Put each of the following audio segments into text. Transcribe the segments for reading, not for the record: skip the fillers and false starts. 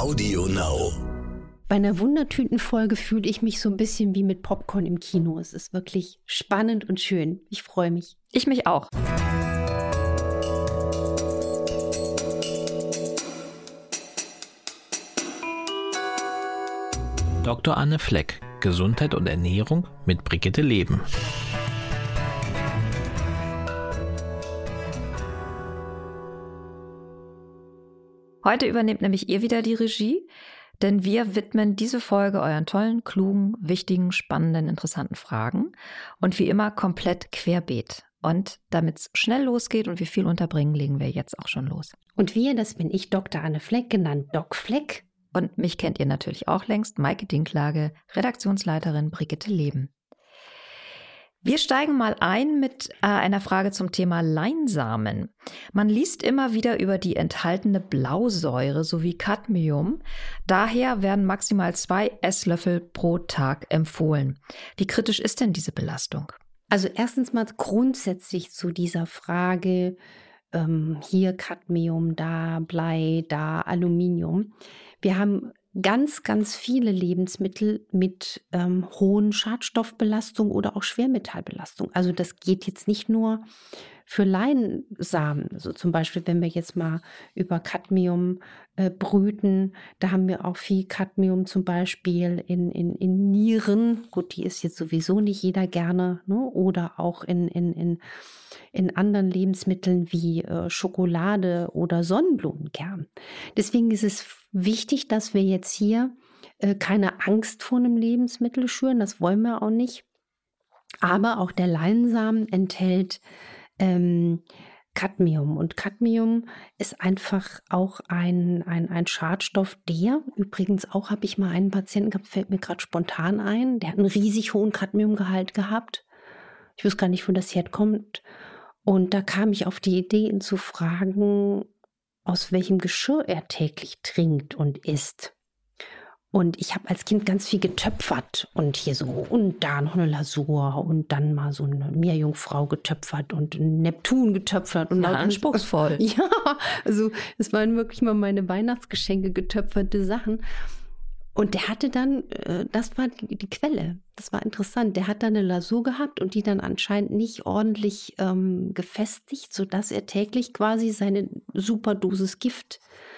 Audio Now. Bei einer Wundertüten-Folge fühle ich mich so ein bisschen wie mit Popcorn im Kino. Es ist wirklich spannend und schön. Ich freue mich. Ich mich auch. Dr. Anne Fleck, Gesundheit und Ernährung mit Brigitte Leben. Heute übernehmt nämlich ihr wieder die Regie, denn wir widmen diese Folge euren tollen, klugen, wichtigen, spannenden, interessanten Fragen und wie immer komplett querbeet. Und damit es schnell losgeht und wir viel unterbringen, legen wir jetzt auch schon los. Und wir, das bin ich, Dr. Anne Fleck, genannt Doc Fleck. Und mich kennt ihr natürlich auch längst, Maike Dinklage, Redaktionsleiterin Brigitte Leben. Wir steigen mal ein mit einer Frage zum Thema Leinsamen. Man liest immer wieder über die enthaltene Blausäure sowie Cadmium. Daher werden maximal 2 Esslöffel pro Tag empfohlen. Wie kritisch ist denn diese Belastung? Also erstens mal grundsätzlich zu dieser Frage, hier Cadmium, da Blei, da Aluminium. Wir haben ganz, ganz viele Lebensmittel mit hohen Schadstoffbelastung oder auch Schwermetallbelastung. Also das geht jetzt nicht nur für Leinsamen. Also zum Beispiel, wenn wir jetzt mal über Cadmium brüten, da haben wir auch viel Cadmium zum Beispiel in Nieren. Gut, die ist jetzt sowieso nicht jeder gerne, ne? Oder auch in anderen Lebensmitteln wie Schokolade oder Sonnenblumenkern. Deswegen ist es wichtig, dass wir jetzt hier keine Angst vor einem Lebensmittel schüren. Das wollen wir auch nicht. Aber auch der Leinsamen enthält Cadmium. Und Cadmium ist einfach auch ein Schadstoff, der übrigens auch, habe ich mal einen Patienten gehabt, fällt mir gerade spontan ein, der hat einen riesig hohen Cadmiumgehalt gehabt. Ich weiß gar nicht, wo das herkommt. Und da kam ich auf die Idee, ihn zu fragen, aus welchem Geschirr er täglich trinkt und isst. Und ich habe als Kind ganz viel getöpfert und hier so und da noch eine Lasur und dann mal so eine Meerjungfrau getöpfert und einen Neptun getöpfert. Und anspruchsvoll. Ja, also es waren wirklich mal meine Weihnachtsgeschenke, getöpferte Sachen. Und der hatte dann, das war die Quelle, das war interessant, der hat dann eine Lasur gehabt und die dann anscheinend nicht ordentlich gefestigt, sodass er täglich quasi seine Superdosis Gift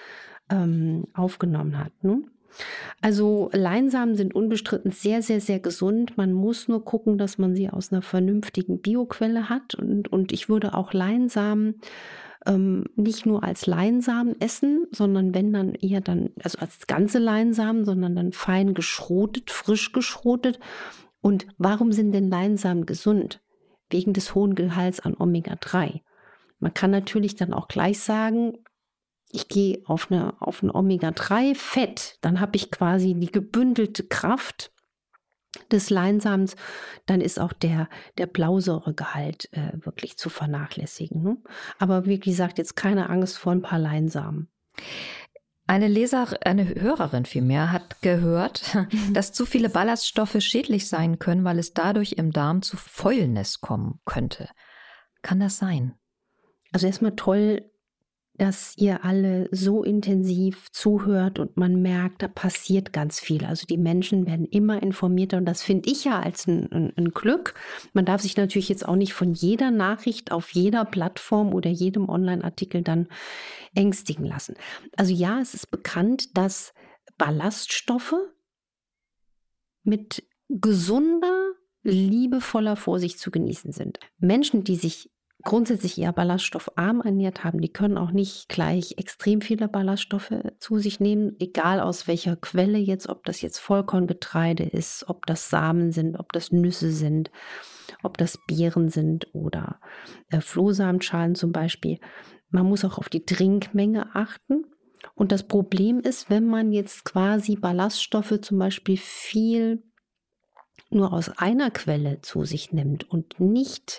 aufgenommen hat, ne? Also Leinsamen sind unbestritten sehr, sehr, sehr gesund. Man muss nur gucken, dass man sie aus einer vernünftigen Bioquelle hat. Und ich würde auch Leinsamen nicht nur als Leinsamen essen, sondern wenn dann eher dann, also als ganze Leinsamen, sondern dann fein geschrotet, frisch geschrotet. Und warum sind denn Leinsamen gesund? Wegen des hohen Gehalts an Omega-3. Man kann natürlich dann auch gleich sagen, ich gehe auf ein Omega-3-Fett, dann habe ich quasi die gebündelte Kraft des Leinsamens, dann ist auch der Blausäuregehalt wirklich zu vernachlässigen. Ne? Aber wie gesagt, jetzt keine Angst vor ein paar Leinsamen. Eine Hörerin vielmehr hat gehört, dass zu viele Ballaststoffe schädlich sein können, weil es dadurch im Darm zu Fäulnis kommen könnte. Kann das sein? Also erstmal toll, dass ihr alle so intensiv zuhört und man merkt, da passiert ganz viel. Also die Menschen werden immer informierter und das finde ich ja als ein Glück. Man darf sich natürlich jetzt auch nicht von jeder Nachricht auf jeder Plattform oder jedem Online-Artikel dann ängstigen lassen. Also ja, es ist bekannt, dass Ballaststoffe mit gesunder, liebevoller Vorsicht zu genießen sind. Menschen, die sich grundsätzlich eher ballaststoffarm ernährt haben, die können auch nicht gleich extrem viele Ballaststoffe zu sich nehmen, egal aus welcher Quelle jetzt, ob das jetzt Vollkorngetreide ist, ob das Samen sind, ob das Nüsse sind, ob das Beeren sind oder Flohsamenschalen zum Beispiel. Man muss auch auf die Trinkmenge achten. Und das Problem ist, wenn man jetzt quasi Ballaststoffe zum Beispiel viel nur aus einer Quelle zu sich nimmt und nicht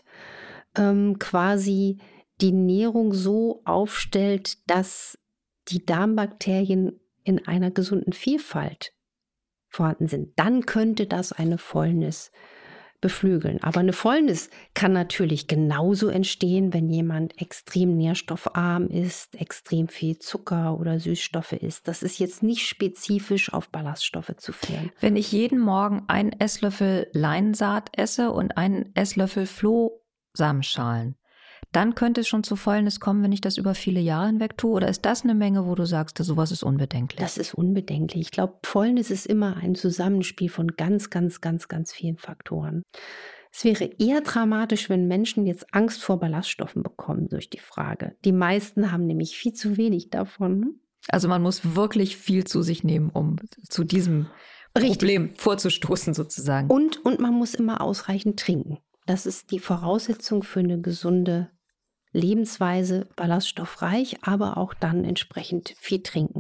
quasi die Nährung so aufstellt, dass die Darmbakterien in einer gesunden Vielfalt vorhanden sind, dann könnte das eine Fäulnis beflügeln. Aber eine Fäulnis kann natürlich genauso entstehen, wenn jemand extrem nährstoffarm ist, extrem viel Zucker oder Süßstoffe isst. Das ist jetzt nicht spezifisch auf Ballaststoffe zu führen. Wenn ich jeden Morgen einen Esslöffel Leinsaat esse und einen Esslöffel Flohsamenschalen, dann könnte es schon zu Fäulnis kommen, wenn ich das über viele Jahre hinweg tue? Oder ist das eine Menge, wo du sagst, sowas ist unbedenklich? Das ist unbedenklich. Ich glaube, Fäulnis ist immer ein Zusammenspiel von ganz, ganz, ganz, ganz vielen Faktoren. Es wäre eher dramatisch, wenn Menschen jetzt Angst vor Ballaststoffen bekommen durch die Frage. Die meisten haben nämlich viel zu wenig davon. Also man muss wirklich viel zu sich nehmen, um zu diesem Problem vorzustoßen sozusagen. Und man muss immer ausreichend trinken. Das ist die Voraussetzung für eine gesunde Lebensweise, ballaststoffreich, aber auch dann entsprechend viel trinken.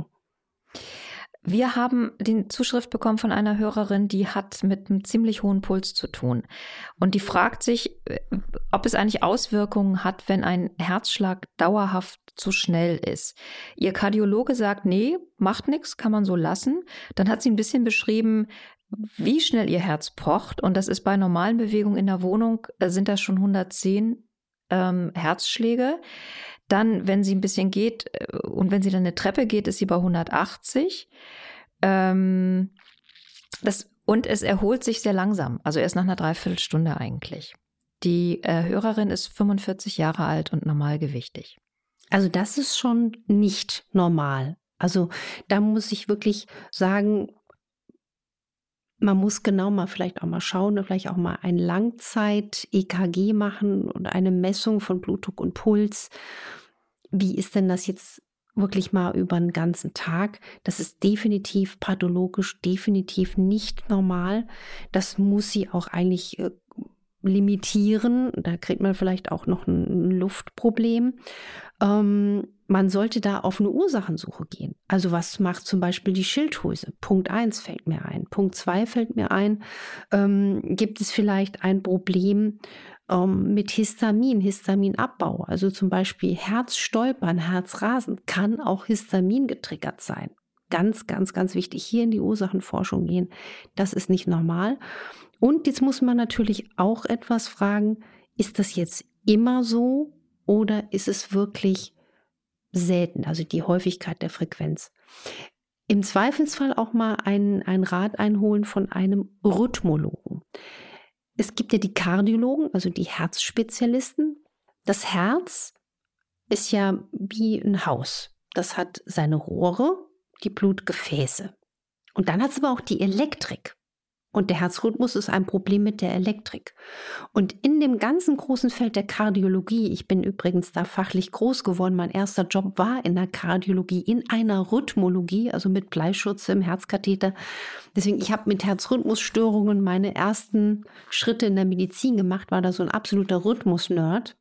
Wir haben die Zuschrift bekommen von einer Hörerin, die hat mit einem ziemlich hohen Puls zu tun. Und die fragt sich, ob es eigentlich Auswirkungen hat, wenn ein Herzschlag dauerhaft zu schnell ist. Ihr Kardiologe sagt, nee, macht nichts, kann man so lassen. Dann hat sie ein bisschen beschrieben, wie schnell ihr Herz pocht. Und das ist bei normalen Bewegungen in der Wohnung, sind das schon 110 Herzschläge. Dann, wenn sie ein bisschen geht und wenn sie dann eine Treppe geht, ist sie bei 180. Und es erholt sich sehr langsam, also erst nach einer Dreiviertelstunde eigentlich. Die Hörerin ist 45 Jahre alt und normalgewichtig. Also das ist schon nicht normal. Also da muss ich wirklich sagen, man muss genau mal vielleicht auch mal schauen, vielleicht auch mal ein Langzeit-EKG machen und eine Messung von Blutdruck und Puls. Wie ist denn das jetzt wirklich mal über einen ganzen Tag? Das ist definitiv pathologisch, definitiv nicht normal. Das muss sie auch eigentlich limitieren. Da kriegt man vielleicht auch noch ein Luftproblem. Man sollte da auf eine Ursachensuche gehen. Also was macht zum Beispiel die Schilddrüse? Punkt 1 fällt mir ein. Punkt 2 fällt mir ein. Gibt es vielleicht ein Problem mit Histaminabbau? Also zum Beispiel Herzstolpern, Herzrasen kann auch Histamin getriggert sein. Ganz, ganz, ganz wichtig, hier in die Ursachenforschung gehen. Das ist nicht normal. Und jetzt muss man natürlich auch etwas fragen, ist das jetzt immer so oder ist es wirklich selten, also die Häufigkeit der Frequenz? Im Zweifelsfall auch mal einen Rat einholen von einem Rhythmologen. Es gibt ja die Kardiologen, also die Herzspezialisten. Das Herz ist ja wie ein Haus. Das hat seine Rohre, die Blutgefäße. Und dann hat es aber auch die Elektrik. Und der Herzrhythmus ist ein Problem mit der Elektrik. Und in dem ganzen großen Feld der Kardiologie, ich bin übrigens da fachlich groß geworden, mein erster Job war in der Kardiologie, in einer Rhythmologie, also mit Bleischutz im Herzkatheter. Deswegen, ich habe mit Herzrhythmusstörungen meine ersten Schritte in der Medizin gemacht, war da so ein absoluter Rhythmus-Nerd.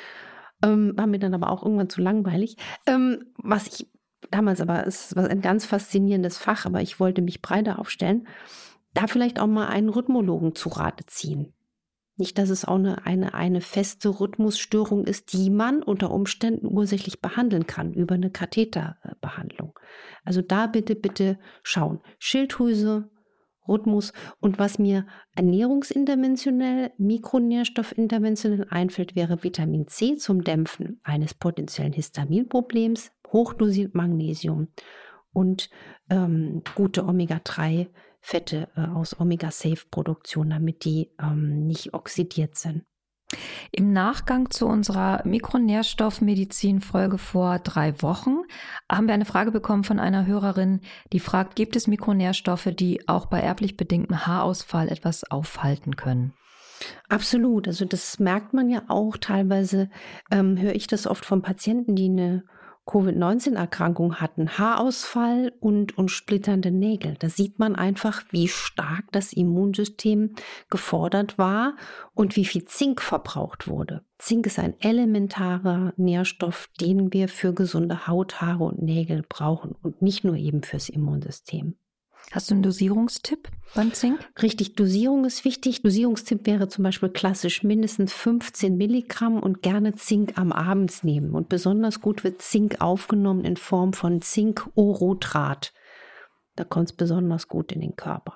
War mir dann aber auch irgendwann zu langweilig. Was ich damals aber, es war ein ganz faszinierendes Fach, aber ich wollte mich breiter aufstellen. Da vielleicht auch mal einen Rhythmologen zu Rate ziehen. Nicht, dass es auch eine feste Rhythmusstörung ist, die man unter Umständen ursächlich behandeln kann über eine Katheterbehandlung. Also da bitte schauen. Schilddrüse, Rhythmus und was mir ernährungsinterventionell, mikronährstoffinterventionell einfällt, wäre Vitamin C zum Dämpfen eines potenziellen Histaminproblems, hochdosiert Magnesium und gute Omega-3-Fette aus Omega-Safe-Produktion, damit die nicht oxidiert sind. Im Nachgang zu unserer Mikronährstoffmedizin-Folge vor 3 Wochen haben wir eine Frage bekommen von einer Hörerin, die fragt, gibt es Mikronährstoffe, die auch bei erblich bedingtem Haarausfall etwas aufhalten können? Absolut. Also das merkt man ja auch. Teilweise höre ich das oft von Patienten, die eine Covid-19-Erkrankung hatten, Haarausfall und splitternde Nägel. Da sieht man einfach, wie stark das Immunsystem gefordert war und wie viel Zink verbraucht wurde. Zink ist ein elementarer Nährstoff, den wir für gesunde Haut, Haare und Nägel brauchen und nicht nur eben fürs Immunsystem. Hast du einen Dosierungstipp beim Zink? Richtig, Dosierung ist wichtig. Dosierungstipp wäre zum Beispiel klassisch mindestens 15 Milligramm und gerne Zink am Abend nehmen. Und besonders gut wird Zink aufgenommen in Form von Zink-Orotrat. Da kommt es besonders gut in den Körper.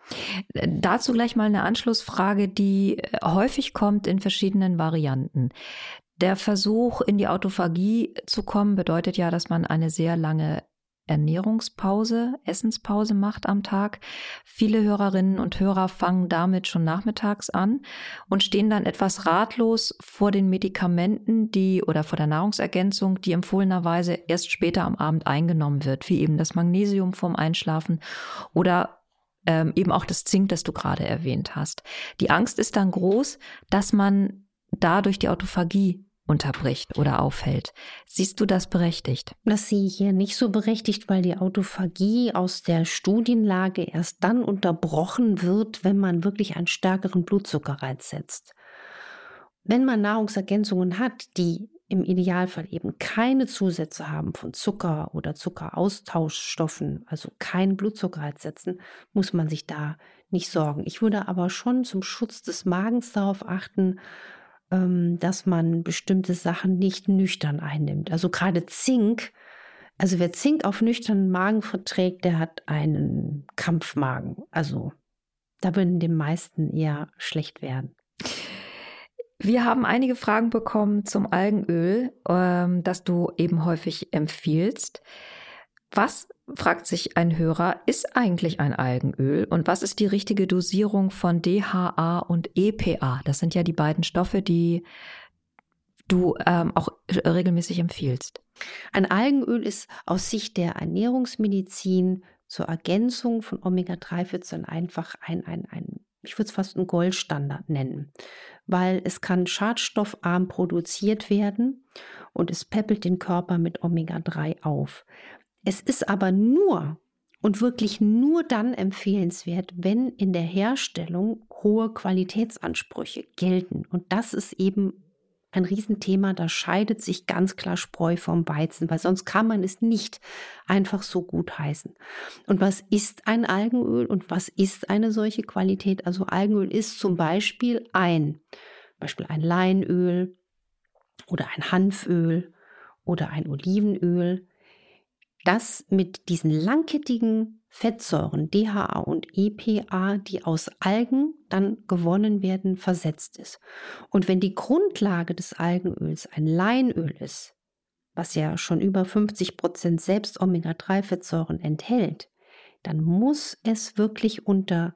Dazu gleich mal eine Anschlussfrage, die häufig kommt in verschiedenen Varianten. Der Versuch, in die Autophagie zu kommen, bedeutet ja, dass man eine sehr lange Ernährungspause, Essenspause macht am Tag. Viele Hörerinnen und Hörer fangen damit schon nachmittags an und stehen dann etwas ratlos vor den Medikamenten, oder vor der Nahrungsergänzung, die empfohlenerweise erst später am Abend eingenommen wird, wie eben das Magnesium vorm Einschlafen oder eben auch das Zink, das du gerade erwähnt hast. Die Angst ist dann groß, dass man dadurch die Autophagie unterbricht oder aufhält. Siehst du das berechtigt? Das sehe ich hier nicht so berechtigt, weil die Autophagie aus der Studienlage erst dann unterbrochen wird, wenn man wirklich einen stärkeren Blutzuckerreiz setzt. Wenn man Nahrungsergänzungen hat, die im Idealfall eben keine Zusätze haben von Zucker oder Zuckeraustauschstoffen, also keinen Blutzuckerreiz setzen, muss man sich da nicht sorgen. Ich würde aber schon zum Schutz des Magens darauf achten, dass man bestimmte Sachen nicht nüchtern einnimmt. Also gerade Zink, also wer Zink auf nüchternen Magen verträgt, der hat einen Kampfmagen. Also da würden den meisten eher schlecht werden. Wir haben einige Fragen bekommen zum Algenöl, das du eben häufig empfiehlst. Was, fragt sich ein Hörer, ist eigentlich ein Algenöl und was ist die richtige Dosierung von DHA und EPA? Das sind ja die beiden Stoffe, die du auch regelmäßig empfiehlst. Ein Algenöl ist aus Sicht der Ernährungsmedizin zur Ergänzung von Omega-3-Fettsäuren einfach ich würde es fast einen Goldstandard nennen, weil es kann schadstoffarm produziert werden und es peppelt den Körper mit Omega-3 auf. Es ist aber nur und wirklich nur dann empfehlenswert, wenn in der Herstellung hohe Qualitätsansprüche gelten. Und das ist eben ein Riesenthema, da scheidet sich ganz klar Spreu vom Weizen, weil sonst kann man es nicht einfach so gut heißen. Und was ist ein Algenöl und was ist eine solche Qualität? Also Algenöl ist zum Beispiel ein Leinöl oder ein Hanföl oder ein Olivenöl, das mit diesen langkettigen Fettsäuren DHA und EPA, die aus Algen dann gewonnen werden, versetzt ist. Und wenn die Grundlage des Algenöls ein Leinöl ist, was ja schon über 50% selbst Omega-3-Fettsäuren enthält, dann muss es wirklich unter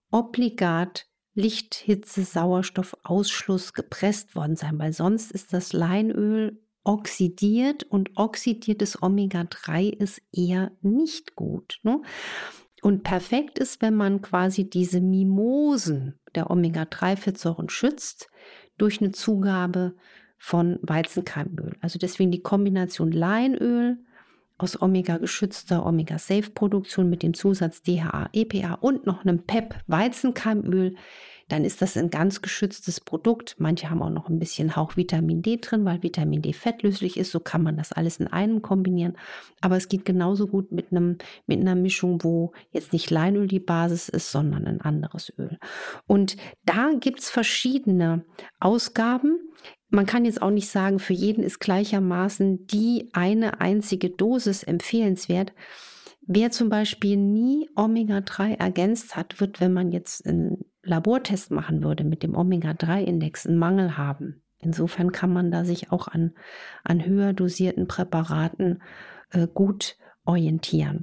obligat Licht, Hitze, Sauerstoffausschluss gepresst worden sein, weil sonst ist das Leinöl oxidiert und oxidiertes Omega-3 ist eher nicht gut. Ne? Und perfekt ist, wenn man quasi diese Mimosen der Omega-3-Fettsäuren schützt durch eine Zugabe von Weizenkeimöl. Also deswegen die Kombination Leinöl aus Omega-geschützter Omega-Safe-Produktion mit dem Zusatz DHA, EPA und noch einem PEP-Weizenkeimöl, dann ist das ein ganz geschütztes Produkt. Manche haben auch noch ein bisschen Hauch Vitamin D drin, weil Vitamin D fettlöslich ist. So kann man das alles in einem kombinieren. Aber es geht genauso gut mit einer Mischung, wo jetzt nicht Leinöl die Basis ist, sondern ein anderes Öl. Und da gibt es verschiedene Ausgaben. Man kann jetzt auch nicht sagen, für jeden ist gleichermaßen die eine einzige Dosis empfehlenswert. Wer zum Beispiel nie Omega-3 ergänzt hat, wird, wenn man jetzt einen Labortest machen würde mit dem Omega-3-Index, einen Mangel haben. Insofern kann man da sich auch an höher dosierten Präparaten gut orientieren.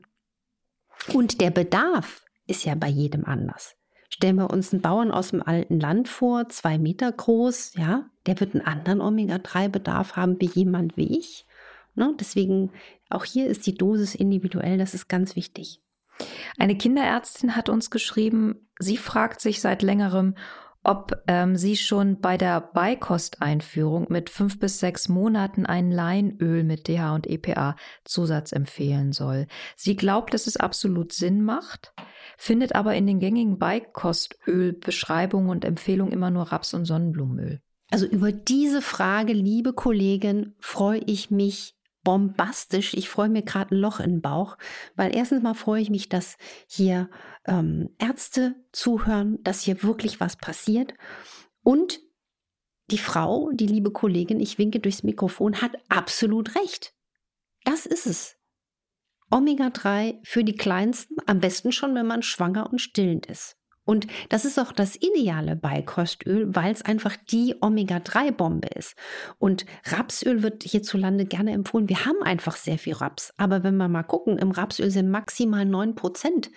Und der Bedarf ist ja bei jedem anders. Stellen wir uns einen Bauern aus dem alten Land vor, 2 Meter groß, ja, der wird einen anderen Omega-3-Bedarf haben wie jemand wie ich. Ne? Deswegen auch hier ist die Dosis individuell, das ist ganz wichtig. Eine Kinderärztin hat uns geschrieben, sie fragt sich seit längerem, ob sie schon bei der Beikosteinführung mit 5 bis 6 Monaten ein Leinöl mit DHA und EPA Zusatz empfehlen soll. Sie glaubt, dass es absolut Sinn macht, findet aber in den gängigen Beikostölbeschreibungen und Empfehlungen immer nur Raps- und Sonnenblumenöl. Also über diese Frage, liebe Kollegin, freue ich mich bombastisch. Ich freue mir gerade ein Loch in den Bauch, weil erstens mal freue ich mich, dass hier Ärzte zuhören, dass hier wirklich was passiert. Und die Frau, die liebe Kollegin, ich winke durchs Mikrofon, hat absolut recht. Das ist es. Omega-3 für die Kleinsten, am besten schon, wenn man schwanger und stillend ist. Und das ist auch das ideale Beikostöl, weil es einfach die Omega-3-Bombe ist. Und Rapsöl wird hierzulande gerne empfohlen. Wir haben einfach sehr viel Raps. Aber wenn wir mal gucken, im Rapsöl sind maximal 9%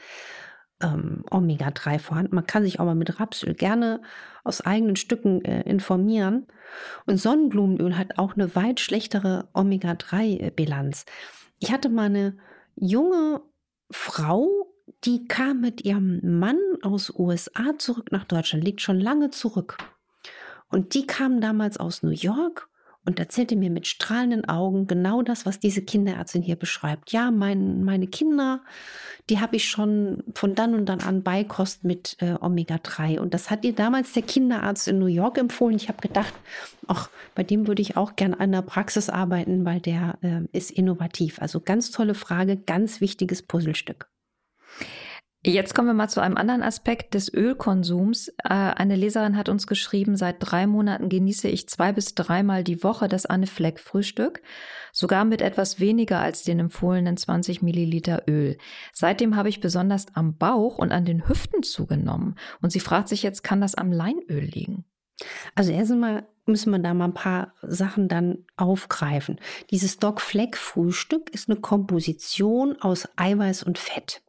Omega-3 vorhanden. Man kann sich auch mal mit Rapsöl gerne aus eigenen Stücken informieren. Und Sonnenblumenöl hat auch eine weit schlechtere Omega-3-Bilanz. Ich hatte mal eine junge Frau, die kam mit ihrem Mann aus USA zurück nach Deutschland, liegt schon lange zurück. Und die kam damals aus New York und erzählte mir mit strahlenden Augen genau das, was diese Kinderärztin hier beschreibt. Ja, meine Kinder, die habe ich schon von dann und dann an Beikost mit Omega-3. Und das hat ihr damals der Kinderarzt in New York empfohlen. Ich habe gedacht, ach, bei dem würde ich auch gerne an der Praxis arbeiten, weil der ist innovativ. Also ganz tolle Frage, ganz wichtiges Puzzlestück. Jetzt kommen wir mal zu einem anderen Aspekt des Ölkonsums. Eine Leserin hat uns geschrieben, seit 3 Monaten genieße ich 2 bis 3 Mal die Woche das Anne-Fleck-Frühstück, sogar mit etwas weniger als den empfohlenen 20 Milliliter Öl. Seitdem habe ich besonders am Bauch und an den Hüften zugenommen. Und sie fragt sich jetzt, kann das am Leinöl liegen? Also erst einmal müssen wir da mal ein paar Sachen dann aufgreifen. Dieses Doc-Fleck-Frühstück ist eine Komposition aus Eiweiß und Fett.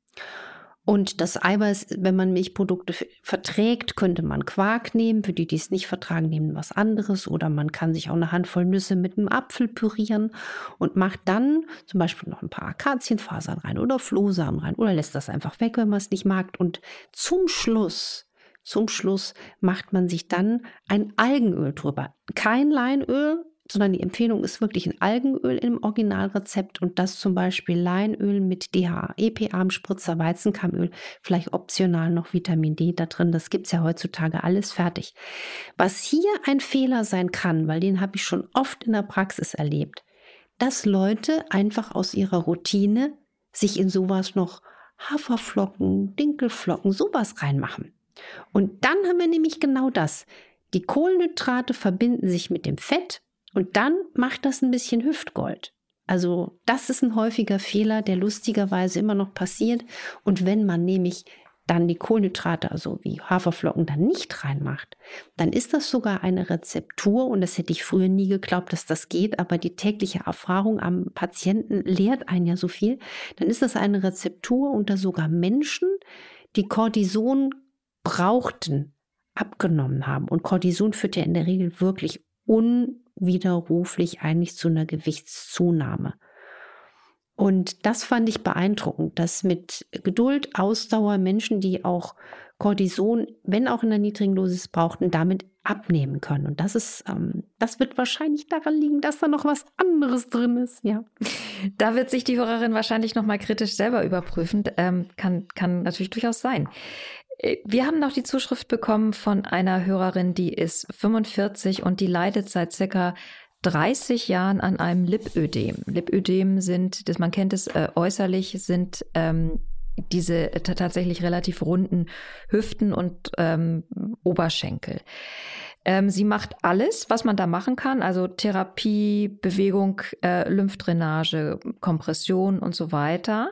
Und das Eiweiß, wenn man Milchprodukte verträgt, könnte man Quark nehmen. Für die, die es nicht vertragen, nehmen was anderes. Oder man kann sich auch eine Handvoll Nüsse mit einem Apfel pürieren und macht dann zum Beispiel noch ein paar Akazienfasern rein oder Flohsamen rein oder lässt das einfach weg, wenn man es nicht mag. Und zum Schluss macht man sich dann ein Algenöl drüber. Kein Leinöl, sondern die Empfehlung ist wirklich ein Algenöl im Originalrezept und das zum Beispiel Leinöl mit DHA, EPA, Spritzer, Weizenkeimöl, vielleicht optional noch Vitamin D da drin. Das gibt es ja heutzutage alles fertig. Was hier ein Fehler sein kann, weil den habe ich schon oft in der Praxis erlebt, dass Leute einfach aus ihrer Routine sich in sowas noch Haferflocken, Dinkelflocken, sowas reinmachen. Und dann haben wir nämlich genau das. Die Kohlenhydrate verbinden sich mit dem Fett. Und dann macht das ein bisschen Hüftgold. Also das ist ein häufiger Fehler, der lustigerweise immer noch passiert. Und wenn man nämlich dann die Kohlenhydrate, also wie Haferflocken, dann nicht reinmacht, dann ist das sogar eine Rezeptur. Und das hätte ich früher nie geglaubt, dass das geht. Aber die tägliche Erfahrung am Patienten lehrt einen ja so viel. Dann ist das eine Rezeptur unter sogar Menschen, die Cortison brauchten, abgenommen haben. Und Cortison führt ja in der Regel wirklich unwiderruflich eigentlich zu einer Gewichtszunahme. Und das fand ich beeindruckend, dass mit Geduld, Ausdauer Menschen, die auch Cortison, wenn auch in einer niedrigen Dosis brauchten, damit abnehmen können. Und das wird wahrscheinlich daran liegen, dass da noch was anderes drin ist. Ja. Da wird sich die Hörerin wahrscheinlich noch mal kritisch selber überprüfen. Kann natürlich durchaus sein. Wir haben noch die Zuschrift bekommen von einer Hörerin, die ist 45 und die leidet seit circa 30 Jahren an einem Lipödem. Lipödem sind, man kennt es äußerlich, sind diese tatsächlich relativ runden Hüften und Oberschenkel. Sie macht alles, was man da machen kann, also Therapie, Bewegung, Lymphdrainage, Kompression und so weiter.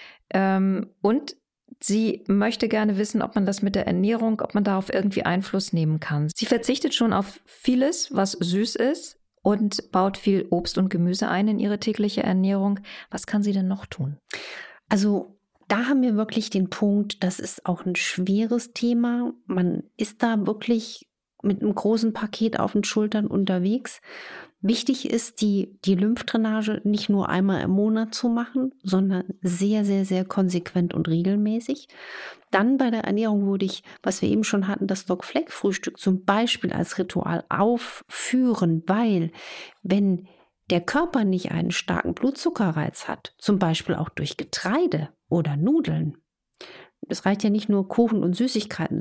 Und sie möchte gerne wissen, ob man das mit der Ernährung, ob man darauf irgendwie Einfluss nehmen kann. Sie verzichtet schon auf vieles, was süß ist und baut viel Obst und Gemüse ein in ihre tägliche Ernährung. Was kann sie denn noch tun? Also da haben wir wirklich den Punkt, das ist auch ein schweres Thema. Man ist da wirklich mit einem großen Paket auf den Schultern unterwegs. Wichtig ist, die Lymphdrainage nicht nur einmal im Monat zu machen, sondern sehr, sehr, sehr konsequent und regelmäßig. Dann bei der Ernährung würde ich, was wir eben schon hatten, das Doc-Fleck-Frühstück zum Beispiel als Ritual aufführen, weil wenn der Körper nicht einen starken Blutzuckerreiz hat, zum Beispiel auch durch Getreide oder Nudeln, es reicht ja nicht nur Kuchen und Süßigkeiten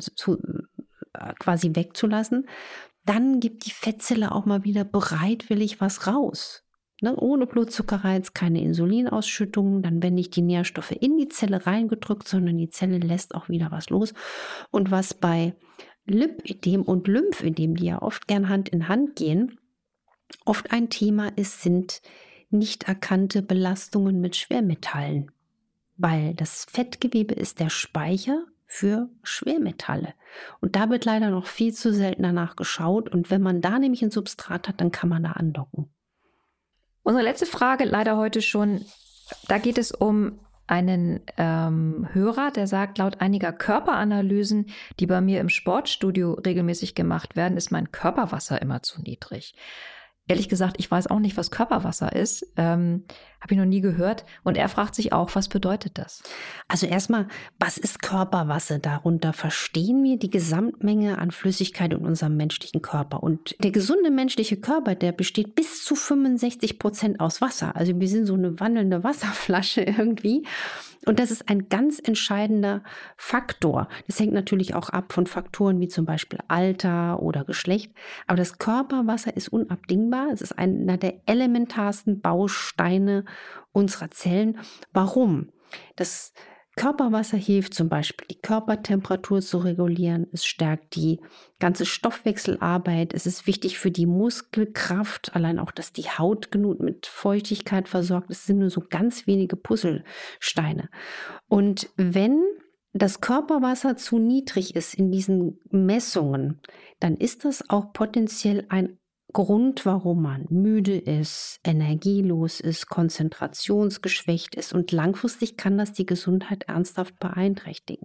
quasi wegzulassen, dann gibt die Fettzelle auch mal wieder bereitwillig was raus. Ne? Ohne Blutzuckerreiz, keine Insulinausschüttung, dann werden nicht die Nährstoffe in die Zelle reingedrückt, sondern die Zelle lässt auch wieder was los. Und was bei Lipödem und Lymphödem, die ja oft gern Hand in Hand gehen, oft ein Thema ist, sind nicht erkannte Belastungen mit Schwermetallen, weil das Fettgewebe ist der Speicher für Schwermetalle. Und da wird leider noch viel zu selten danach geschaut. Und wenn man da nämlich ein Substrat hat, dann kann man da andocken. Unsere letzte Frage leider heute schon, da geht es um einen Hörer, der sagt, laut einiger Körperanalysen, die bei mir im Sportstudio regelmäßig gemacht werden, ist mein Körperwasser immer zu niedrig. Ehrlich gesagt, ich weiß auch nicht, was Körperwasser ist. Habe ich noch nie gehört. Und er fragt sich auch, was bedeutet das? Also erstmal, was ist Körperwasser? Darunter verstehen wir die Gesamtmenge an Flüssigkeit in unserem menschlichen Körper. Und der gesunde menschliche Körper, der besteht bis zu 65% aus Wasser. Also wir sind so eine wandelnde Wasserflasche irgendwie. Und das ist ein ganz entscheidender Faktor. Das hängt natürlich auch ab von Faktoren wie zum Beispiel Alter oder Geschlecht. Aber das Körperwasser ist unabdingbar. Es ist einer der elementarsten Bausteine unserer Zellen. Warum? Das Körperwasser hilft zum Beispiel, die Körpertemperatur zu regulieren. Es stärkt die ganze Stoffwechselarbeit. Es ist wichtig für die Muskelkraft. Allein auch, dass die Haut genug mit Feuchtigkeit versorgt ist, sind nur so ganz wenige Puzzlesteine. Und wenn das Körperwasser zu niedrig ist in diesen Messungen, dann ist das auch potenziell ein Grund, warum man müde ist, energielos ist, konzentrationsgeschwächt ist und langfristig kann das die Gesundheit ernsthaft beeinträchtigen.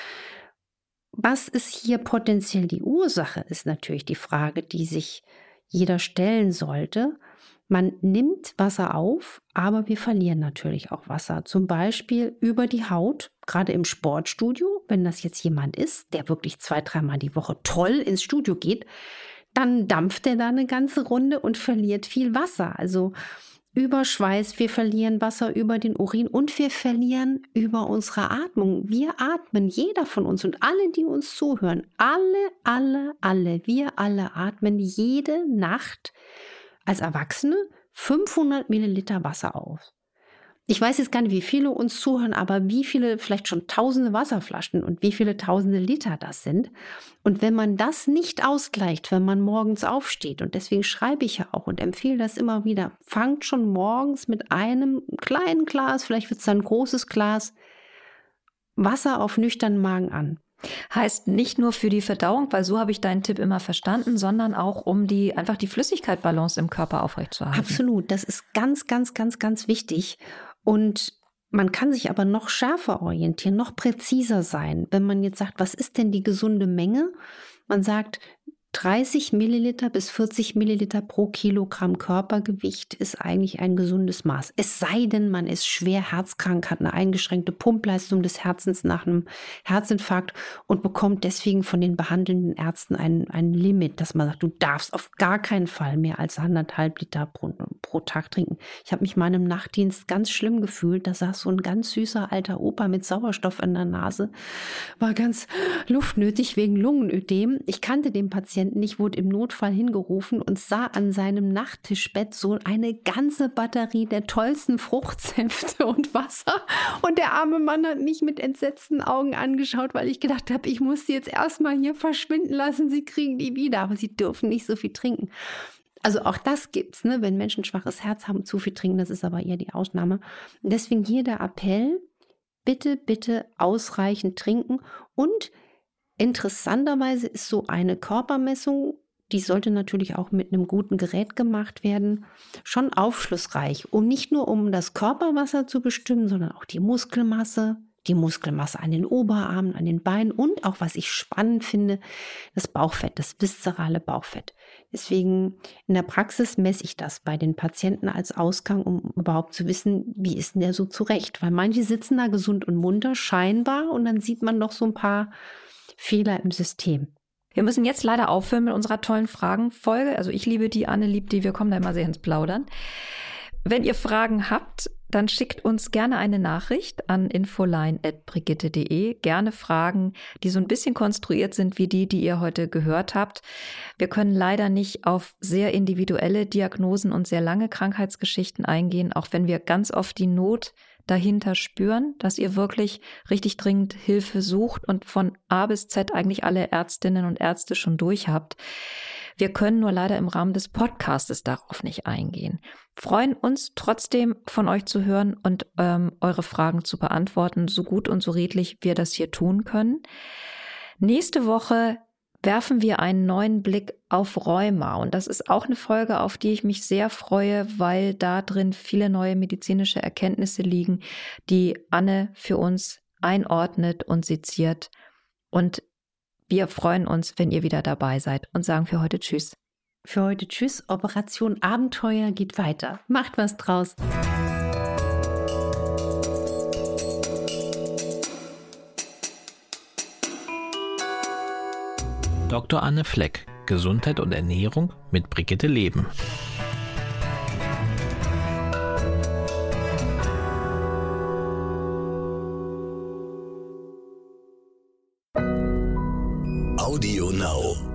Was ist hier potenziell die Ursache, ist natürlich die Frage, die sich jeder stellen sollte. Man nimmt Wasser auf, aber wir verlieren natürlich auch Wasser. Zum Beispiel über die Haut, gerade im Sportstudio, wenn das jetzt jemand ist, der wirklich 2-3 Mal die Woche toll ins Studio geht, dann dampft er da eine ganze Runde und verliert viel Wasser. Also über Schweiß, wir verlieren Wasser über den Urin und wir verlieren über unsere Atmung. Wir atmen, jeder von uns und alle, die uns zuhören, wir alle atmen jede Nacht als Erwachsene 500 Milliliter Wasser auf. Ich weiß jetzt gar nicht, wie viele uns zuhören, aber wie viele, vielleicht schon tausende Wasserflaschen und wie viele tausende Liter das sind. Und wenn man das nicht ausgleicht, wenn man morgens aufsteht, und deswegen schreibe ich ja auch und empfehle das immer wieder, fangt schon morgens mit einem kleinen Glas, vielleicht wird es dann ein großes Glas, Wasser auf nüchternen Magen an. Heißt nicht nur für die Verdauung, weil so habe ich deinen Tipp immer verstanden, sondern auch um einfach die Flüssigkeitsbalance im Körper aufrechtzuerhalten. Absolut, das ist ganz, ganz, ganz, ganz wichtig. Und man kann sich aber noch schärfer orientieren, noch präziser sein. Wenn man jetzt sagt, was ist denn die gesunde Menge? Man sagt, 30 Milliliter bis 40 Milliliter pro Kilogramm Körpergewicht ist eigentlich ein gesundes Maß. Es sei denn, man ist schwer herzkrank, hat eine eingeschränkte Pumpleistung des Herzens nach einem Herzinfarkt und bekommt deswegen von den behandelnden Ärzten ein Limit, dass man sagt, du darfst auf gar keinen Fall mehr als 1,5 Liter pro Tag trinken. Ich habe mich mal im Nachtdienst ganz schlimm gefühlt. Da saß so ein ganz süßer alter Opa mit Sauerstoff in der Nase, war ganz luftnötig wegen Lungenödem. Ich kannte den Patienten nicht, wurde im Notfall hingerufen und sah an seinem Nachttischbett so eine ganze Batterie der tollsten Fruchtsäfte und Wasser. Und der arme Mann hat mich mit entsetzten Augen angeschaut, weil ich gedacht habe, ich muss sie jetzt erstmal hier verschwinden lassen, sie kriegen die wieder, aber sie dürfen nicht so viel trinken. Also auch das gibt's, ne? Wenn Menschen ein schwaches Herz haben, zu viel trinken, das ist aber eher die Ausnahme. Und deswegen hier der Appell, bitte ausreichend trinken. Und interessanterweise ist so eine Körpermessung, die sollte natürlich auch mit einem guten Gerät gemacht werden, schon aufschlussreich, nicht nur um das Körperwasser zu bestimmen, sondern auch die Muskelmasse an den Oberarmen, an den Beinen und auch, was ich spannend finde, das Bauchfett, das viszerale Bauchfett. Deswegen in der Praxis messe ich das bei den Patienten als Ausgang, um überhaupt zu wissen, wie ist denn der so zurecht. Weil manche sitzen da gesund und munter, scheinbar, und dann sieht man noch so ein paar Fehler im System. Wir müssen jetzt leider aufhören mit unserer tollen Fragenfolge. Also ich liebe die, Anne liebt die, wir kommen da immer sehr ins Plaudern. Wenn ihr Fragen habt, dann schickt uns gerne eine Nachricht an infoline@brigitte.de. Gerne Fragen, die so ein bisschen konstruiert sind wie die ihr heute gehört habt. Wir können leider nicht auf sehr individuelle Diagnosen und sehr lange Krankheitsgeschichten eingehen, auch wenn wir ganz oft die Not dahinter spüren, dass ihr wirklich richtig dringend Hilfe sucht und von A bis Z eigentlich alle Ärztinnen und Ärzte schon durch habt. Wir können nur leider im Rahmen des Podcastes darauf nicht eingehen. Freuen uns trotzdem von euch zu hören und eure Fragen zu beantworten, so gut und so redlich wir das hier tun können. Nächste Woche werfen wir einen neuen Blick auf Rheuma. Und das ist auch eine Folge, auf die ich mich sehr freue, weil da drin viele neue medizinische Erkenntnisse liegen, die Anne für uns einordnet und seziert. Und wir freuen uns, wenn ihr wieder dabei seid und sagen für heute Tschüss. Für heute Tschüss. Operation Abenteuer geht weiter. Macht was draus. Dr. Anne Fleck, Gesundheit und Ernährung mit Brigitte Leben. Audio Now.